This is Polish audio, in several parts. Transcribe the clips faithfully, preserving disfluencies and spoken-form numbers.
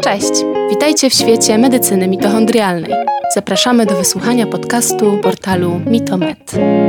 Cześć! Witajcie w świecie medycyny mitochondrialnej. Zapraszamy do wysłuchania podcastu portalu Mitomed.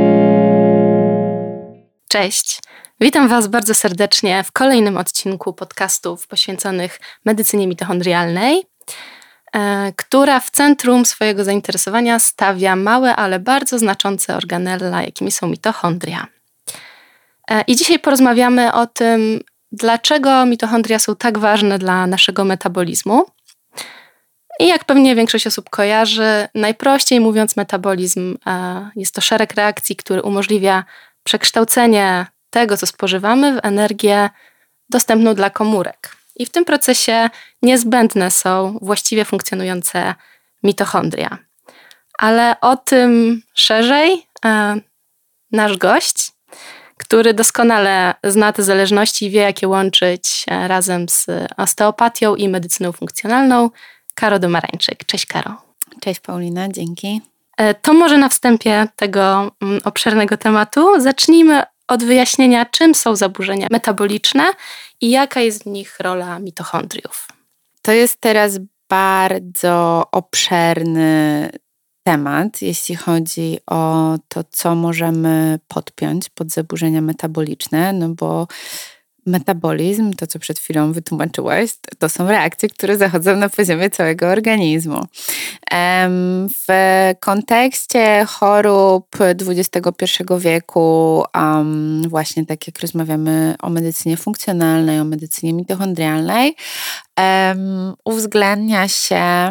Cześć! Witam Was bardzo serdecznie w kolejnym odcinku podcastów poświęconych medycynie mitochondrialnej, e, która w centrum swojego zainteresowania stawia małe, ale bardzo znaczące organella, jakimi są mitochondria. E, I dzisiaj porozmawiamy o tym, dlaczego mitochondria są tak ważne dla naszego metabolizmu. I jak pewnie większość osób kojarzy, najprościej mówiąc, metabolizm e, jest to szereg reakcji, który umożliwia przekształcenie tego, co spożywamy, w energię dostępną dla komórek. I w tym procesie niezbędne są właściwie funkcjonujące mitochondria. Ale o tym szerzej e, nasz gość, który doskonale zna te zależności i wie, jak je łączyć e, razem z osteopatią i medycyną funkcjonalną, Karo Domarańczyk. Cześć, Karo. Cześć, Paulina, dzięki. E, to może na wstępie tego mm, obszernego tematu zacznijmy od wyjaśnienia, czym są zaburzenia metaboliczne i jaka jest w nich rola mitochondriów. To jest teraz bardzo obszerny temat, jeśli chodzi o to, co możemy podpiąć pod zaburzenia metaboliczne, no bo metabolizm, to co przed chwilą wytłumaczyłaś, to są reakcje, które zachodzą na poziomie całego organizmu. W kontekście chorób dwudziestego pierwszego wieku, właśnie tak jak rozmawiamy o medycynie funkcjonalnej, o medycynie mitochondrialnej, uwzględnia się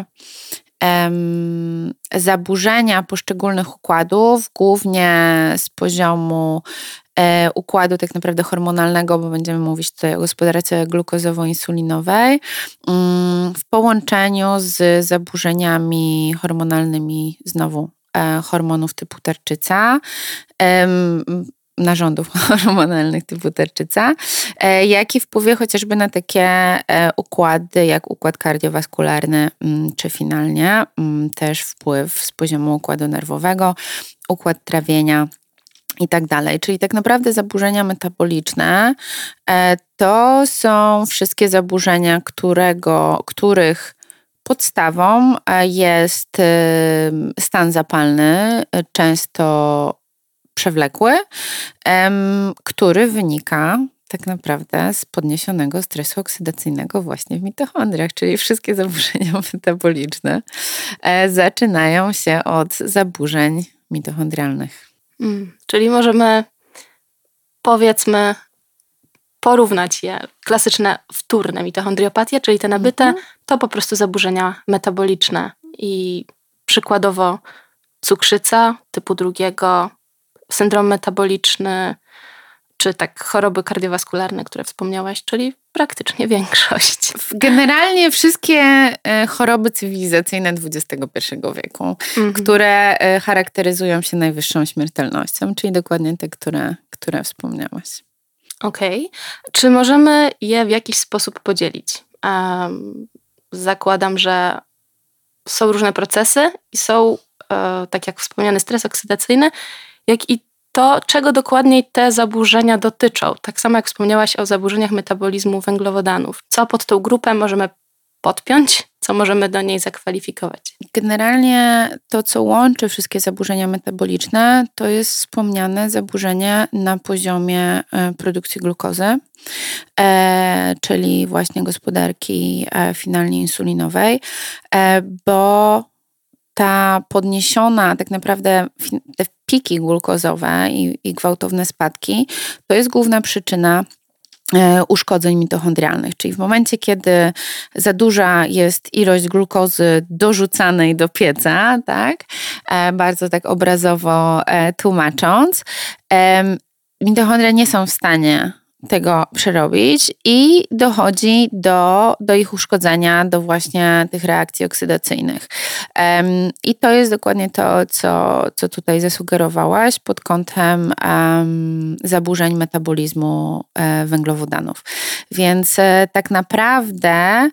zaburzenia poszczególnych układów, głównie z poziomu układu tak naprawdę hormonalnego, bo będziemy mówić tutaj o gospodarce glukozowo-insulinowej, w połączeniu z zaburzeniami hormonalnymi, znowu hormonów typu tarczyca, narządów hormonalnych typu tarczyca, jak i wpływie chociażby na takie układy jak układ kardiowaskularny, czy finalnie też wpływ z poziomu układu nerwowego, układ trawienia i tak dalej. Czyli tak naprawdę zaburzenia metaboliczne to są wszystkie zaburzenia, którego, których podstawą jest stan zapalny, często przewlekły, który wynika tak naprawdę z podniesionego stresu oksydacyjnego właśnie w mitochondriach, czyli wszystkie zaburzenia metaboliczne zaczynają się od zaburzeń mitochondrialnych. Mm, czyli możemy, powiedzmy, porównać je. Klasyczne wtórne mitochondriopatie, czyli te nabyte, mm-hmm. to po prostu zaburzenia metaboliczne. I przykładowo cukrzyca typu drugiego, syndrom metaboliczny, czy tak choroby kardiowaskularne, które wspomniałaś, czyli praktycznie większość. Generalnie wszystkie choroby cywilizacyjne dwudziestego pierwszego wieku, mm-hmm. które charakteryzują się najwyższą śmiertelnością, czyli dokładnie te, które, które wspomniałaś. Okej. Okay. Czy możemy je w jakiś sposób podzielić? Um, zakładam, że są różne procesy i są, e, tak jak wspomniany, stres oksydacyjny, jak i to, czego dokładniej te zaburzenia dotyczą. Tak samo jak wspomniałaś o zaburzeniach metabolizmu węglowodanów. Co pod tą grupę możemy podpiąć? Co możemy do niej zakwalifikować? Generalnie to, co łączy wszystkie zaburzenia metaboliczne, to jest wspomniane zaburzenie na poziomie produkcji glukozy, e, czyli właśnie gospodarki e, finalnie insulinowej, e, bo ta podniesiona, tak naprawdę te piki glukozowe i, i gwałtowne spadki, to jest główna przyczyna e, uszkodzeń mitochondrialnych. Czyli w momencie, kiedy za duża jest ilość glukozy dorzucanej do pieca, tak, e, bardzo tak obrazowo e, tłumacząc, e, mitochondria nie są w stanie tego przerobić i dochodzi do, do ich uszkodzenia, do właśnie tych reakcji oksydacyjnych. Um, I to jest dokładnie to, co, co tutaj zasugerowałaś pod kątem um, zaburzeń metabolizmu e, węglowodanów. Więc e, tak naprawdę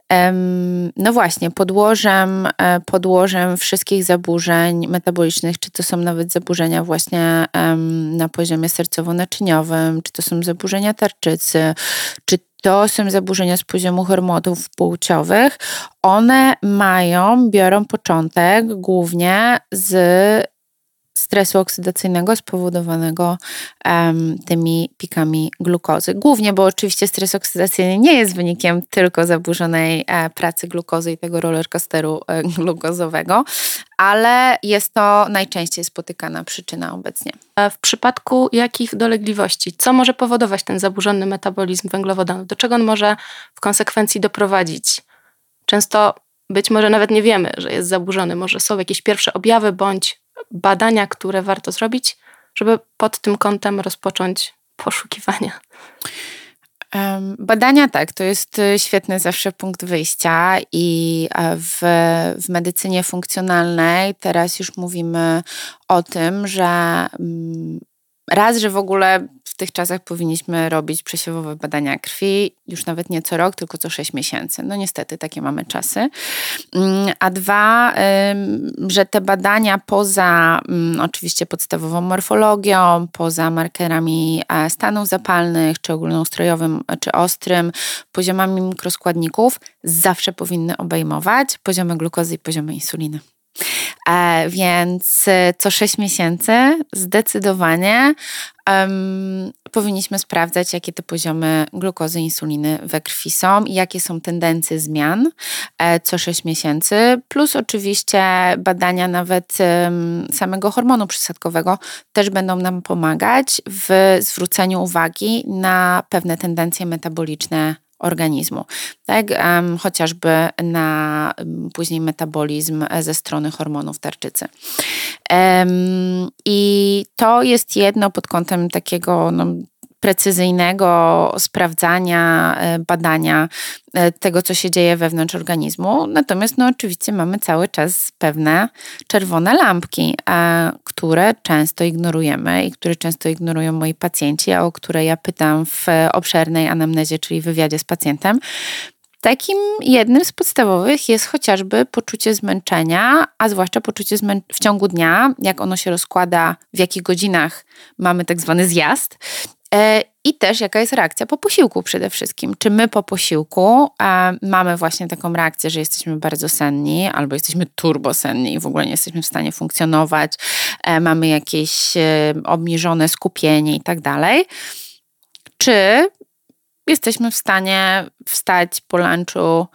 no właśnie, podłożem, podłożem wszystkich zaburzeń metabolicznych, czy to są nawet zaburzenia właśnie na poziomie sercowo-naczyniowym, czy to są zaburzenia tarczycy, czy to są zaburzenia z poziomu hormonów płciowych. One mają, biorą początek głównie z stresu oksydacyjnego spowodowanego um, tymi pikami glukozy. Głównie, bo oczywiście stres oksydacyjny nie jest wynikiem tylko zaburzonej e, pracy glukozy i tego rollercoasteru e, glukozowego, ale jest to najczęściej spotykana przyczyna obecnie. A w przypadku jakich dolegliwości? Co może powodować ten zaburzony metabolizm węglowodanów? Do czego on może w konsekwencji doprowadzić? Często być może nawet nie wiemy, że jest zaburzony. Może są jakieś pierwsze objawy bądź badania, które warto zrobić, żeby pod tym kątem rozpocząć poszukiwania. Badania tak, to jest świetny zawsze punkt wyjścia i w, w medycynie funkcjonalnej teraz już mówimy o tym, że raz, że w ogóle w tych czasach powinniśmy robić przesiewowe badania krwi, już nawet nie co rok, tylko co sześć miesięcy. No niestety takie mamy czasy. A dwa, że te badania poza oczywiście podstawową morfologią, poza markerami stanów zapalnych, czy ogólnoustrojowym, czy ostrym, poziomami mikroskładników zawsze powinny obejmować poziomy glukozy i poziomy insuliny. E, więc co sześć miesięcy zdecydowanie um, powinniśmy sprawdzać, jakie te poziomy glukozy i insuliny we krwi są i jakie są tendencje zmian e, co sześć miesięcy, plus oczywiście badania nawet um, samego hormonu przysadkowego też będą nam pomagać w zwróceniu uwagi na pewne tendencje metaboliczne organizmu, tak? Um, chociażby na um, później metabolizm ze strony hormonów tarczycy. Um, I to jest jedno pod kątem takiego no, precyzyjnego sprawdzania, badania tego, co się dzieje wewnątrz organizmu. Natomiast no, oczywiście mamy cały czas pewne czerwone lampki, a, które często ignorujemy i które często ignorują moi pacjenci, a o które ja pytam w obszernej anamnezie, czyli wywiadzie z pacjentem. Takim jednym z podstawowych jest chociażby poczucie zmęczenia, a zwłaszcza poczucie zmę- w ciągu dnia, jak ono się rozkłada, w jakich godzinach mamy tak zwany zjazd. I też jaka jest reakcja po posiłku przede wszystkim. Czy my po posiłku e, mamy właśnie taką reakcję, że jesteśmy bardzo senni albo jesteśmy turbosenni i w ogóle nie jesteśmy w stanie funkcjonować, e, mamy jakieś e, obniżone skupienie i tak dalej. Czy jesteśmy w stanie wstać po lunchu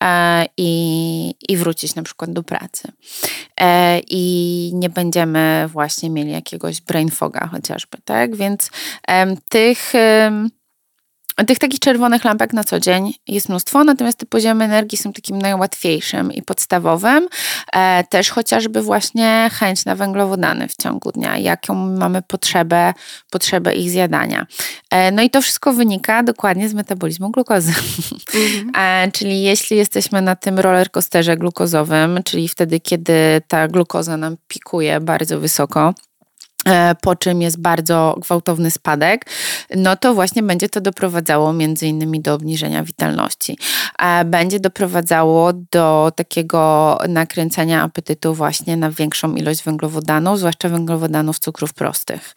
I, i wrócić na przykład do pracy. E, I nie będziemy właśnie mieli jakiegoś brain foga chociażby, tak? Więc em, tych, em, tych takich czerwonych lampek na co dzień jest mnóstwo, natomiast te poziomy energii są takim najłatwiejszym i podstawowym. E, też chociażby właśnie chęć na węglowodany w ciągu dnia, jaką mamy potrzebę, potrzebę ich zjadania. E, no i to wszystko wynika dokładnie z metabolizmu glukozy. Mhm. E, czyli jeśli jesteśmy na tym rollercoasterze glukozowym, czyli wtedy, kiedy ta glukoza nam pikuje bardzo wysoko, po czym jest bardzo gwałtowny spadek, no to właśnie będzie to doprowadzało między innymi do obniżenia witalności. Będzie doprowadzało do takiego nakręcenia apetytu właśnie na większą ilość węglowodanów, zwłaszcza węglowodanów cukrów prostych,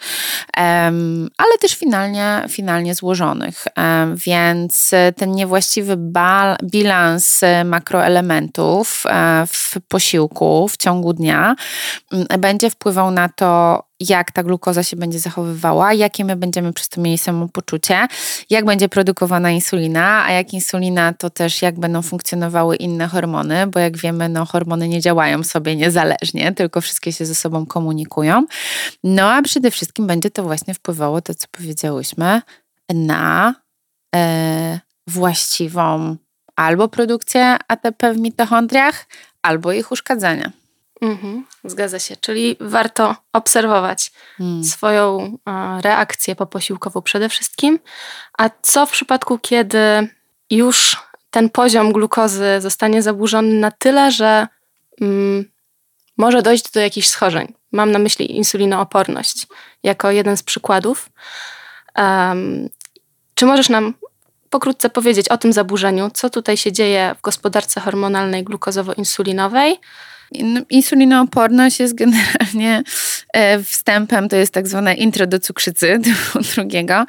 ale też finalnie, finalnie złożonych. Więc ten niewłaściwy bal, bilans makroelementów w posiłku w ciągu dnia będzie wpływał na to, jak ta glukoza się będzie zachowywała, jakie my będziemy przez to mieli samopoczucie, jak będzie produkowana insulina, a jak insulina, to też jak będą funkcjonowały inne hormony, bo jak wiemy, no hormony nie działają sobie niezależnie, tylko wszystkie się ze sobą komunikują. No a przede wszystkim będzie to właśnie wpływało, to co powiedziałyśmy, na e, właściwą albo produkcję A T P w mitochondriach, albo ich uszkadzania. Mhm, zgadza się, czyli warto obserwować hmm. swoją a, reakcję poposiłkową przede wszystkim. A co w przypadku, kiedy już ten poziom glukozy zostanie zaburzony na tyle, że mm, może dojść do jakichś schorzeń? Mam na myśli insulinooporność jako jeden z przykładów. Um, czy możesz nam pokrótce powiedzieć o tym zaburzeniu, co tutaj się dzieje w gospodarce hormonalnej glukozowo-insulinowej? Insulinooporność jest generalnie wstępem, to jest tak zwane intro do cukrzycy typu drugiego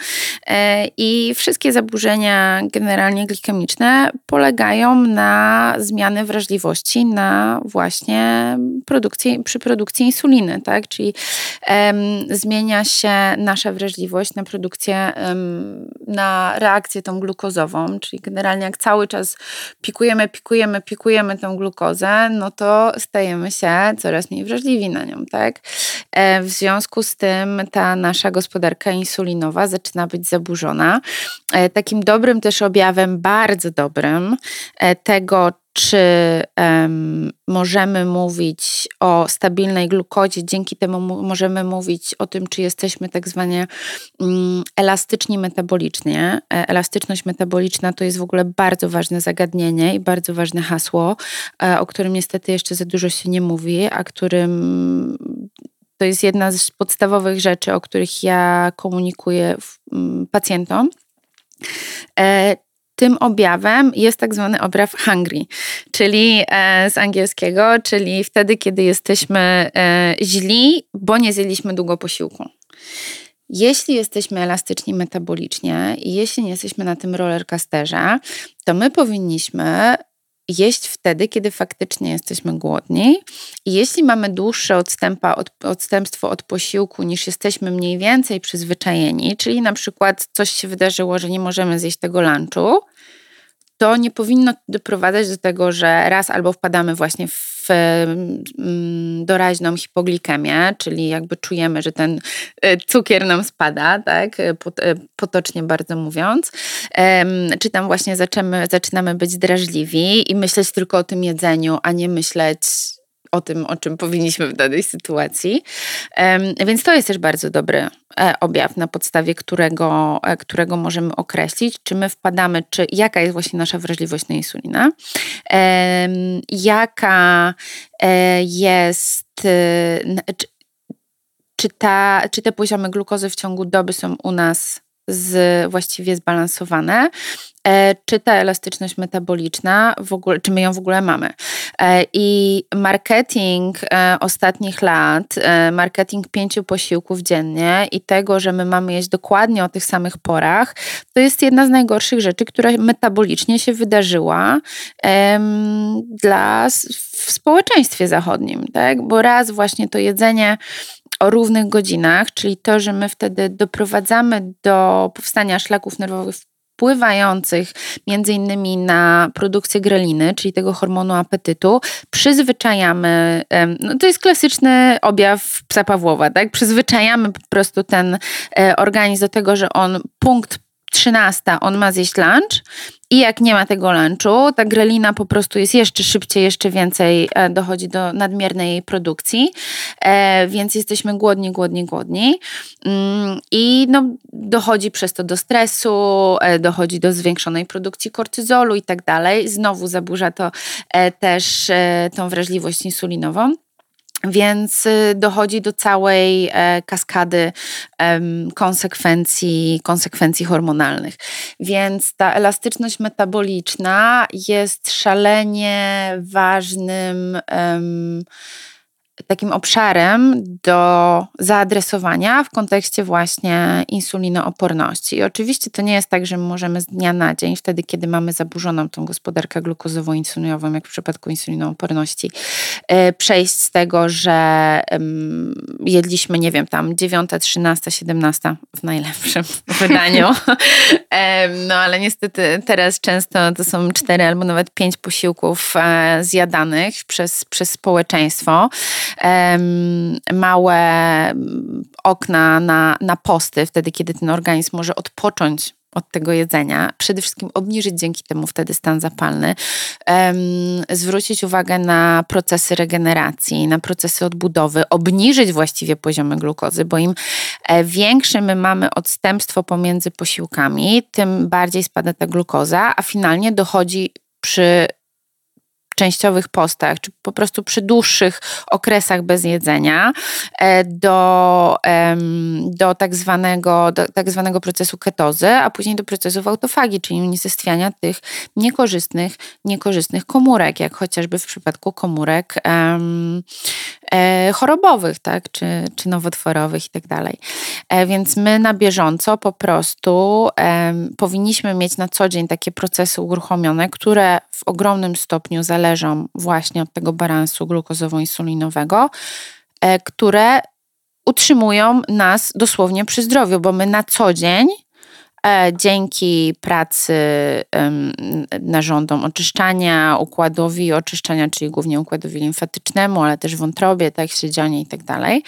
i wszystkie zaburzenia generalnie glikemiczne polegają na zmiany wrażliwości na właśnie produkcję, przy produkcji insuliny, tak? Czyli um, zmienia się nasza wrażliwość na produkcję, um, na reakcję tą glukozową, czyli generalnie jak cały czas pikujemy, pikujemy, pikujemy tą glukozę, no to stajemy się coraz mniej wrażliwi na nią, tak? W związku z tym ta nasza gospodarka insulinowa zaczyna być zaburzona. Takim dobrym też objawem, bardzo dobrym tego, czy um, możemy mówić o stabilnej glukozie, dzięki temu m- możemy mówić o tym, czy jesteśmy tak zwanie um, elastyczni metabolicznie. E, elastyczność metaboliczna to jest w ogóle bardzo ważne zagadnienie i bardzo ważne hasło, e, o którym niestety jeszcze za dużo się nie mówi, a którym to jest jedna z podstawowych rzeczy, o których ja komunikuję w, um, pacjentom. E, Tym objawem jest tak zwany objaw hungry, czyli e, z angielskiego, czyli wtedy, kiedy jesteśmy e, źli, bo nie zjedliśmy długo posiłku. Jeśli jesteśmy elastyczni metabolicznie i jeśli nie jesteśmy na tym rollercoasterze, to my powinniśmy jeść wtedy, kiedy faktycznie jesteśmy głodni i jeśli mamy dłuższe odstępa, od, odstępstwo od posiłku niż jesteśmy mniej więcej przyzwyczajeni, czyli na przykład coś się wydarzyło, że nie możemy zjeść tego lunchu, to nie powinno doprowadzać do tego, że raz albo wpadamy właśnie w doraźną hipoglikemię, czyli jakby czujemy, że ten cukier nam spada, tak, potocznie bardzo mówiąc, czy tam właśnie zaczynamy, zaczynamy być drażliwi i myśleć tylko o tym jedzeniu, a nie myśleć o tym, o czym powinniśmy w danej sytuacji. Więc to jest też bardzo dobry objaw, na podstawie którego, którego możemy określić, czy my wpadamy, czy jaka jest właśnie nasza wrażliwość na insulinę, jaka jest, czy, czy, ta, czy te poziomy glukozy w ciągu doby są u nas z, właściwie zbalansowane, czy ta elastyczność metaboliczna, w ogóle, czy my ją w ogóle mamy. I marketing ostatnich lat, marketing pięciu posiłków dziennie i tego, że my mamy jeść dokładnie o tych samych porach, to jest jedna z najgorszych rzeczy, która metabolicznie się wydarzyła um, dla, w społeczeństwie zachodnim, tak? Bo raz właśnie to jedzenie o równych godzinach, czyli to, że my wtedy doprowadzamy do powstania szlaków nerwowych wpływających między innymi na produkcję greliny, czyli tego hormonu apetytu, przyzwyczajamy, no to jest klasyczny objaw psa Pawłowa, tak? Przyzwyczajamy po prostu ten organizm do tego, że on punkt trzynasta, on ma zjeść lunch i jak nie ma tego lunchu, ta grelina po prostu jest jeszcze szybciej, jeszcze więcej dochodzi do nadmiernej jej produkcji, e, więc jesteśmy głodni, głodni, głodni mm, i no, dochodzi przez to do stresu, e, dochodzi do zwiększonej produkcji kortyzolu i tak dalej. Znowu zaburza to e, też e, tą wrażliwość insulinową. Więc dochodzi do całej e, kaskady e, konsekwencji, konsekwencji hormonalnych. Więc ta elastyczność metaboliczna jest szalenie ważnym e, takim obszarem do zaadresowania w kontekście właśnie insulinooporności. I oczywiście to nie jest tak, że my możemy z dnia na dzień, wtedy kiedy mamy zaburzoną tą gospodarkę glukozową-insulinową, jak w przypadku insulinooporności, przejść z tego, że jedliśmy, nie wiem, tam dziewiąta, trzynasta, siedemnasta w najlepszym wydaniu. No ale niestety teraz często to są cztery albo nawet pięć posiłków zjadanych przez, przez społeczeństwo. Małe okna na, na posty, wtedy kiedy ten organizm może odpocząć od tego jedzenia, przede wszystkim obniżyć dzięki temu wtedy stan zapalny, um, zwrócić uwagę na procesy regeneracji, na procesy odbudowy, obniżyć właściwie poziomy glukozy, bo im większe my mamy odstępstwo pomiędzy posiłkami, tym bardziej spada ta glukoza, a finalnie dochodzi przy częściowych postach, czy po prostu przy dłuższych okresach bez jedzenia, do, do, tak zwanego, do tak zwanego procesu ketozy, a później do procesów autofagii, czyli unicestwiania tych niekorzystnych, niekorzystnych komórek, jak chociażby w przypadku komórek um, e, chorobowych, tak, czy, czy nowotworowych i tak dalej. E, więc my na bieżąco po prostu e, powinniśmy mieć na co dzień takie procesy uruchomione, które w ogromnym stopniu zależą właśnie od tego balansu glukozowo-insulinowego, e, które utrzymują nas dosłownie przy zdrowiu, bo my na co dzień e, dzięki pracy e, narządom oczyszczania, układowi oczyszczania, czyli głównie układowi limfatycznemu, ale też wątrobie, tak, śledzianie i tak dalej,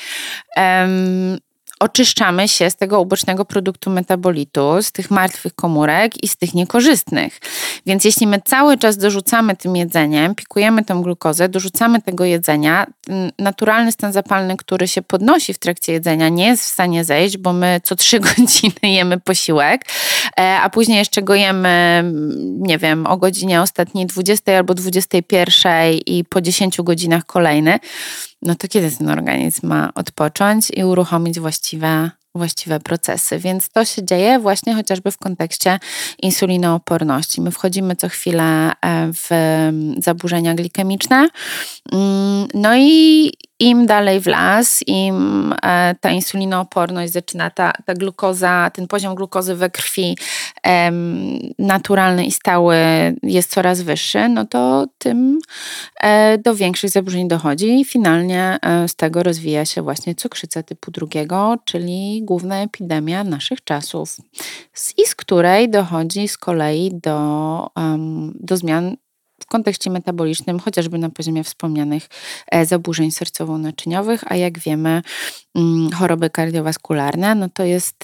oczyszczamy się z tego ubocznego produktu metabolitu, z tych martwych komórek i z tych niekorzystnych. Więc jeśli my cały czas dorzucamy tym jedzeniem, pikujemy tą glukozę, dorzucamy tego jedzenia, naturalny stan zapalny, który się podnosi w trakcie jedzenia, nie jest w stanie zejść, bo my co trzy godziny jemy posiłek, a później jeszcze go jemy, nie wiem, o godzinie ostatniej dwudziestej albo dwudziestej pierwszej i po dziesięciu godzinach kolejny, no to kiedy ten organizm ma odpocząć i uruchomić właściwe, właściwe procesy. Więc to się dzieje właśnie chociażby w kontekście insulinooporności. My wchodzimy co chwilę w zaburzenia glikemiczne, no i im dalej w las, im ta insulinooporność zaczyna, ta, ta glukoza, ten poziom glukozy we krwi em, naturalny i stały jest coraz wyższy, no to tym e, do większych zaburzeń dochodzi i finalnie e, z tego rozwija się właśnie cukrzyca typu drugiego, czyli główna epidemia naszych czasów, z, i z której dochodzi z kolei do, um, do zmian w kontekście metabolicznym, chociażby na poziomie wspomnianych zaburzeń sercowo-naczyniowych, a jak wiemy, choroby kardiowaskularne, no to jest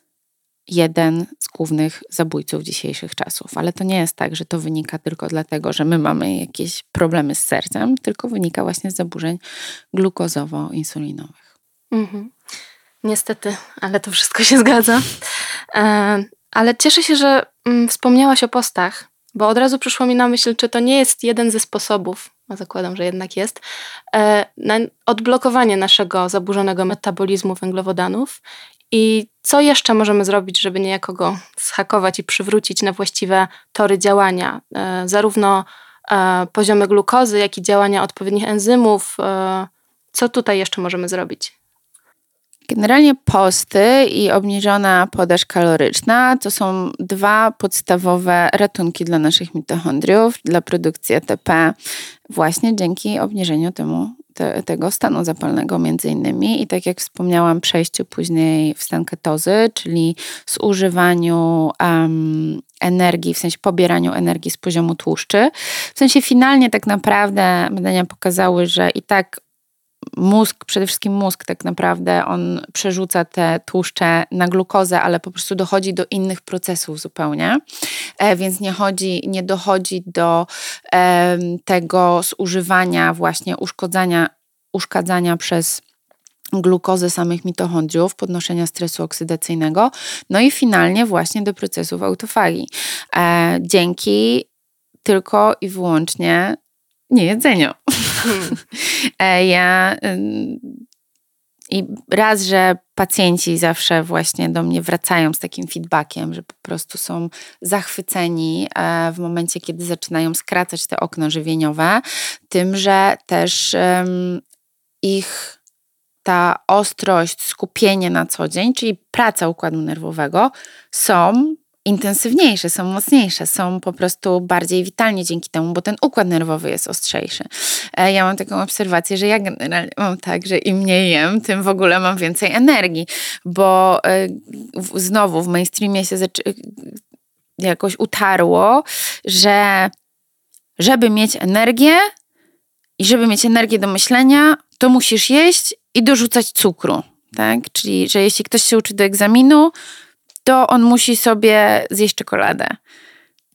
jeden z głównych zabójców dzisiejszych czasów. Ale to nie jest tak, że to wynika tylko dlatego, że my mamy jakieś problemy z sercem, tylko wynika właśnie z zaburzeń glukozowo-insulinowych. Mhm. Niestety, ale to wszystko się zgadza. E, ale cieszę się, że mm, wspomniałaś o postach, bo od razu przyszło mi na myśl, czy to nie jest jeden ze sposobów, a zakładam, że jednak jest, na odblokowanie naszego zaburzonego metabolizmu węglowodanów i co jeszcze możemy zrobić, żeby niejako go zhakować i przywrócić na właściwe tory działania, zarówno poziomy glukozy, jak i działania odpowiednich enzymów. Co tutaj jeszcze możemy zrobić? Generalnie posty i obniżona podaż kaloryczna to są dwa podstawowe ratunki dla naszych mitochondriów, dla produkcji A T P, właśnie dzięki obniżeniu temu, te, tego stanu zapalnego między innymi. I tak jak wspomniałam, przejściu później w stan ketozy, czyli zużywaniu um, energii, w sensie pobieraniu energii z poziomu tłuszczy. W sensie finalnie tak naprawdę badania pokazały, że i tak mózg, przede wszystkim mózg tak naprawdę, on przerzuca te tłuszcze na glukozę, ale po prostu dochodzi do innych procesów zupełnie, e, więc nie, chodzi, nie dochodzi do e, tego zużywania właśnie uszkodzania, uszkadzania przez glukozę samych mitochondriów, podnoszenia stresu oksydacyjnego, no i finalnie właśnie do procesów autofagii. E, dzięki tylko i wyłącznie niejedzeniu. Hmm. Ja i raz, że pacjenci zawsze właśnie do mnie wracają z takim feedbackiem, że po prostu są zachwyceni w momencie, kiedy zaczynają skracać te okno żywieniowe, tym, że też um, ich ta ostrość, skupienie na co dzień, czyli praca układu nerwowego są intensywniejsze, są mocniejsze, są po prostu bardziej witalnie dzięki temu, bo ten układ nerwowy jest ostrzejszy. Ja mam taką obserwację, że ja generalnie mam tak, że im mniej jem, tym w ogóle mam więcej energii, bo znowu w mainstreamie się zaczy- jakoś utarło, że żeby mieć energię i żeby mieć energię do myślenia, to musisz jeść i dorzucać cukru, tak? Czyli, że jeśli ktoś się uczy do egzaminu, to on musi sobie zjeść czekoladę.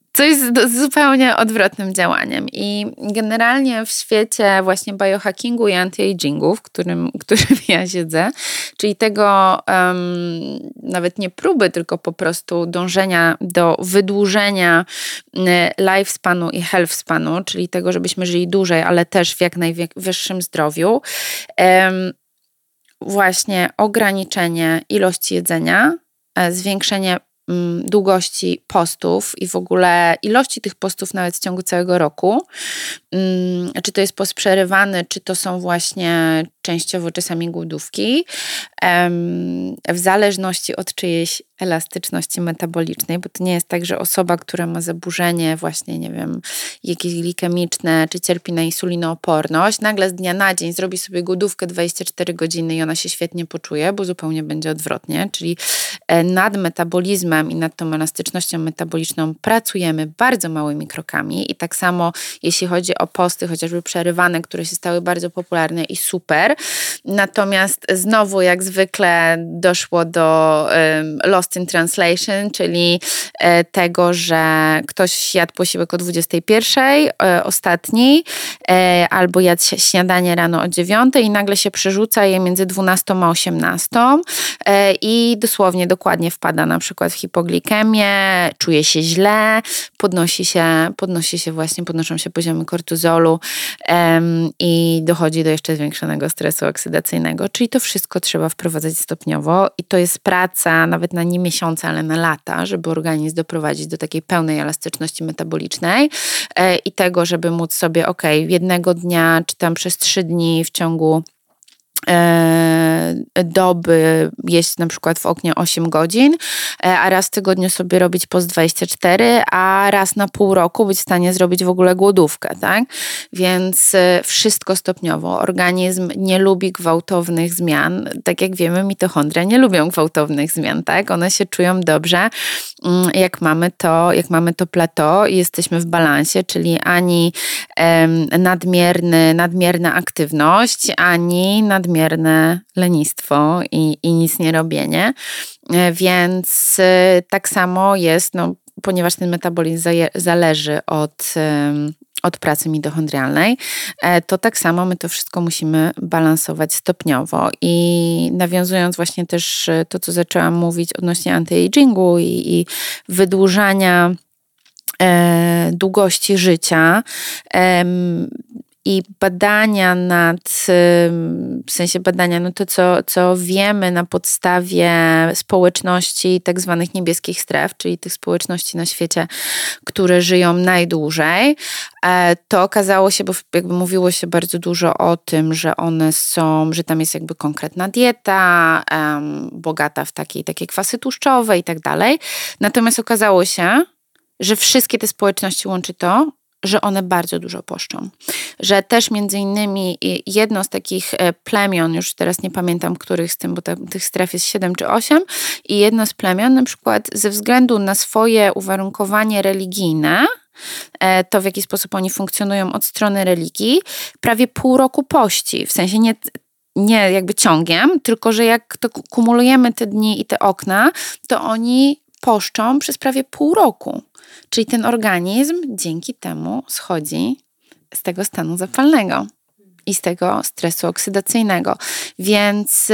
co jest zupełnie odwrotnym działaniem. I generalnie w świecie właśnie biohackingu i anti-agingu, w którym, którym ja siedzę, czyli tego um, nawet nie próby, tylko po prostu dążenia do wydłużenia lifespanu i healthspanu, czyli tego, żebyśmy żyli dłużej, ale też w jak najwyższym zdrowiu. Um, właśnie ograniczenie ilości jedzenia, zwiększenie długości postów i w ogóle ilości tych postów nawet w ciągu całego roku. Czy to jest post przerywany, czy to są właśnie częściowo czasami głodówki. W zależności od czyjejś elastyczności metabolicznej, bo to nie jest tak, że osoba, która ma zaburzenie właśnie, nie wiem, jakieś glikemiczne, czy cierpi na insulinooporność, nagle z dnia na dzień zrobi sobie głodówkę dwadzieścia cztery godziny i ona się świetnie poczuje, bo zupełnie będzie odwrotnie, czyli nad metabolizmem i nad tą elastycznością metaboliczną pracujemy bardzo małymi krokami i tak samo jeśli chodzi o posty, chociażby przerywane, które się stały bardzo popularne i super. Natomiast znowu jak zwykle doszło do um, lost in translation, czyli e, tego, że ktoś jadł posiłek o dwudziestej pierwszej, e, ostatni, e, albo jadł śniadanie rano o dziewiątej i nagle się przerzuca je między dwunastą a osiemnastą e, i dosłownie, dokładnie wpada na przykład w hipoglikemię, czuje się źle, podnosi się, podnosi się właśnie, podnoszą się poziomy kortyzolu um, i dochodzi do jeszcze zwiększonego stresu oksydacyjnego, czyli to wszystko trzeba wprowadzać stopniowo i to jest praca nawet na nie miesiące, ale na lata, żeby organizm doprowadzić do takiej pełnej elastyczności metabolicznej e, i tego, żeby móc sobie ok, jednego dnia czy tam przez trzy dni w ciągu doby jeść na przykład w oknie osiem godzin, a raz w tygodniu sobie robić post dwadzieścia cztery, a raz na pół roku być w stanie zrobić w ogóle głodówkę, tak? Więc wszystko stopniowo. Organizm nie lubi gwałtownych zmian. Tak jak wiemy, mitochondria nie lubią gwałtownych zmian, tak? One się czują dobrze, jak mamy to, jak mamy to plateau i jesteśmy w balansie, czyli ani um, nadmierny, nadmierna aktywność, ani nadmierna nadmierne lenistwo i, i nic nie robienie, więc tak samo jest, no, ponieważ ten metabolizm zaje, zależy od, od pracy mitochondrialnej, to tak samo my to wszystko musimy balansować stopniowo i nawiązując właśnie też to, co zaczęłam mówić odnośnie anti-agingu i, i wydłużania e, długości życia, e, i badania nad, w sensie badania, no to co, co wiemy na podstawie społeczności tak zwanych niebieskich stref, czyli tych społeczności na świecie, które żyją najdłużej, to okazało się, bo jakby mówiło się bardzo dużo o tym, że one są, że tam jest jakby konkretna dieta, um, bogata w takie, takie kwasy tłuszczowe i tak dalej. Natomiast okazało się, że wszystkie te społeczności łączy to, że one bardzo dużo poszczą. Że też między innymi jedno z takich plemion, już teraz nie pamiętam których z tym, bo te, tych stref jest siedem czy osiem, i jedno z plemion na przykład ze względu na swoje uwarunkowanie religijne, to w jaki sposób oni funkcjonują od strony religii, prawie pół roku pości. W sensie nie nie jakby ciągiem, tylko że jak to kumulujemy te dni i te okna, to oni poszczą przez prawie pół roku. Czyli ten organizm dzięki temu schodzi z tego stanu zapalnego i z tego stresu oksydacyjnego. Więc y,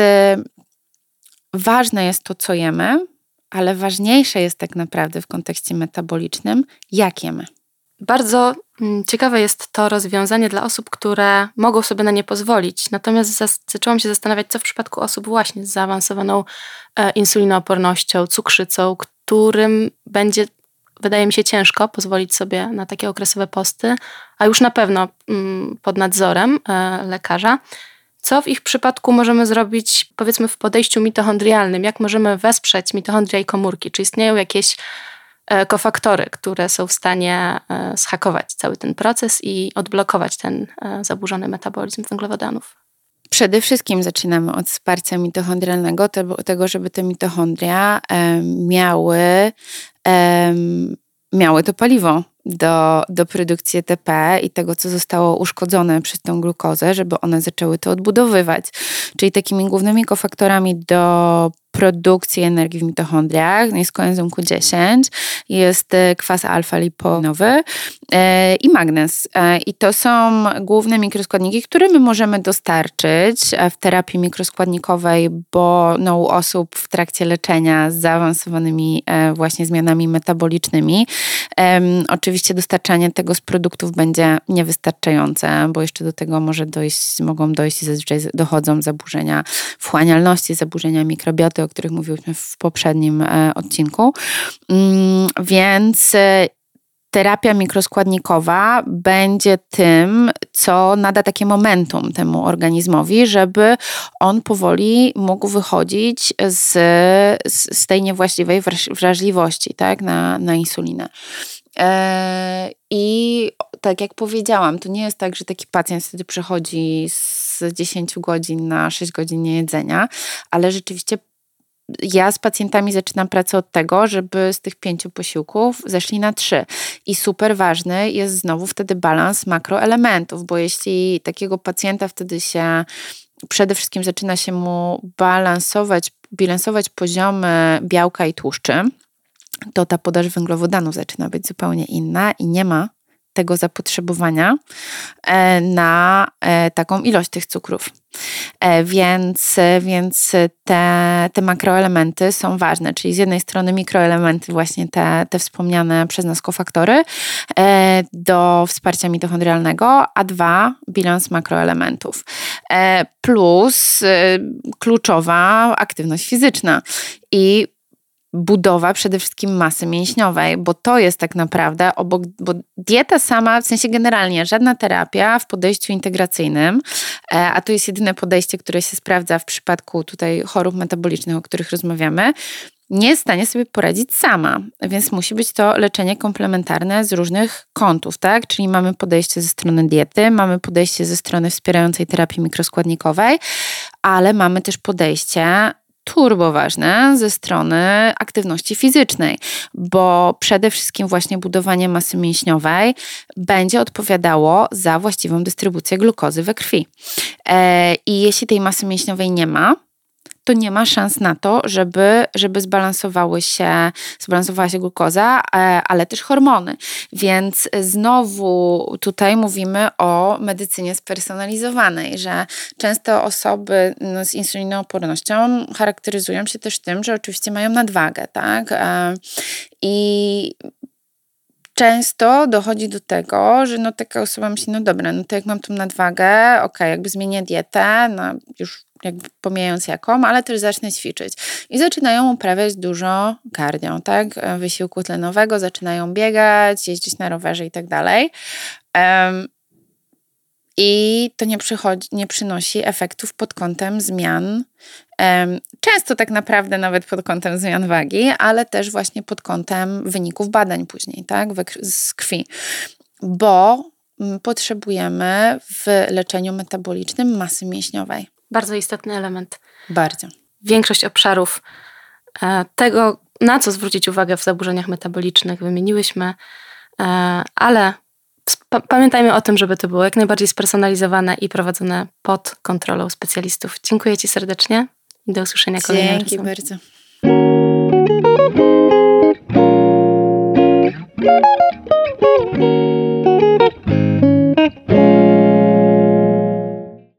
ważne jest to, co jemy, ale ważniejsze jest tak naprawdę w kontekście metabolicznym, jak jemy. Bardzo ciekawe jest to rozwiązanie dla osób, które mogą sobie na nie pozwolić. Natomiast zaczęłam się zastanawiać, co w przypadku osób właśnie z zaawansowaną e, insulinoopornością, cukrzycą, którym będzie, wydaje mi się, ciężko pozwolić sobie na takie okresowe posty, a już na pewno mm, pod nadzorem e, lekarza. Co w ich przypadku możemy zrobić, powiedzmy, w podejściu mitochondrialnym? Jak możemy wesprzeć mitochondria i komórki? Czy istnieją jakieś e, kofaktory, które są w stanie e, zhakować cały ten proces i odblokować ten e, zaburzony metabolizm węglowodanów? Przede wszystkim zaczynamy od wsparcia mitochondrialnego, tego, żeby te mitochondria e, miały, e, miały to paliwo do, do produkcji A T P i tego, co zostało uszkodzone przez tą glukozę, żeby one zaczęły to odbudowywać. Czyli takimi głównymi kofaktorami do produkcji energii w mitochondriach, jest koenzym Q dziesięć, jest kwas alfa-liponowy i magnez. I to są główne mikroskładniki, które my możemy dostarczyć w terapii mikroskładnikowej, bo no, u osób w trakcie leczenia z zaawansowanymi właśnie zmianami metabolicznymi. Um, oczywiście dostarczanie tego z produktów będzie niewystarczające, bo jeszcze do tego może dojść, mogą dojść i zazwyczaj dochodzą zaburzenia wchłanialności, zaburzenia mikrobioty, o których mówiliśmy w poprzednim e, odcinku. Um, więc e, terapia mikroskładnikowa będzie tym, co nada takie momentum temu organizmowi, żeby on powoli mógł wychodzić z, z, z tej niewłaściwej wrażliwości, tak, na, na insulinę. E, I tak jak powiedziałam, to nie jest tak, że taki pacjent wtedy przechodzi z dziesięć godzin na sześć godzin niejedzenia, ale rzeczywiście ja z pacjentami zaczynam pracę od tego, żeby z tych pięciu posiłków zeszli na trzy. I super ważny jest znowu wtedy balans makroelementów, bo jeśli takiego pacjenta wtedy się przede wszystkim zaczyna się mu balansować, bilansować poziomy białka i tłuszczy, to ta podaż węglowodanów zaczyna być zupełnie inna i nie ma tego zapotrzebowania na taką ilość tych cukrów. Więc, więc te, te makroelementy są ważne, czyli z jednej strony mikroelementy, właśnie te, te wspomniane przez nas kofaktory do wsparcia mitochondrialnego, a dwa, bilans makroelementów. Plus kluczowa aktywność fizyczna i budowa przede wszystkim masy mięśniowej, bo to jest tak naprawdę obok, bo dieta sama, w sensie generalnie żadna terapia w podejściu integracyjnym, a to jest jedyne podejście, które się sprawdza w przypadku tutaj chorób metabolicznych, o których rozmawiamy, nie jest w stanie sobie poradzić sama, więc musi być to leczenie komplementarne z różnych kątów, tak? Czyli mamy podejście ze strony diety, mamy podejście ze strony wspierającej terapii mikroskładnikowej, ale mamy też podejście turbo ważne ze strony aktywności fizycznej, bo przede wszystkim właśnie budowanie masy mięśniowej będzie odpowiadało za właściwą dystrybucję glukozy we krwi. I jeśli tej masy mięśniowej nie ma, to nie ma szans na to, żeby, żeby zbalansowały się, zbalansowała się glukoza, ale też hormony. Więc znowu tutaj mówimy o medycynie spersonalizowanej, że często osoby z insulinoopornością charakteryzują się też tym, że oczywiście mają nadwagę, tak? I często dochodzi do tego, że no taka osoba myśli, no dobra, no to jak mam tą nadwagę, okej, okay, jakby zmienię dietę, no już jakby pomijając jaką, ale też zacznę ćwiczyć. I zaczynają uprawiać dużo cardio, tak? Wysiłku tlenowego, zaczynają biegać, jeździć na rowerze i tak dalej. Um, I to nie, przychodzi, nie przynosi efektów pod kątem zmian, um, często tak naprawdę nawet pod kątem zmian wagi, ale też właśnie pod kątem wyników badań później, tak? Z krwi. Bo potrzebujemy w leczeniu metabolicznym masy mięśniowej. Bardzo istotny element. Bardzo. Większość obszarów tego, na co zwrócić uwagę w zaburzeniach metabolicznych, wymieniłyśmy, ale pamiętajmy o tym, żeby to było jak najbardziej spersonalizowane i prowadzone pod kontrolą specjalistów. Dziękuję Ci serdecznie i do usłyszenia kolejnym razem. Dzięki bardzo. Thank you.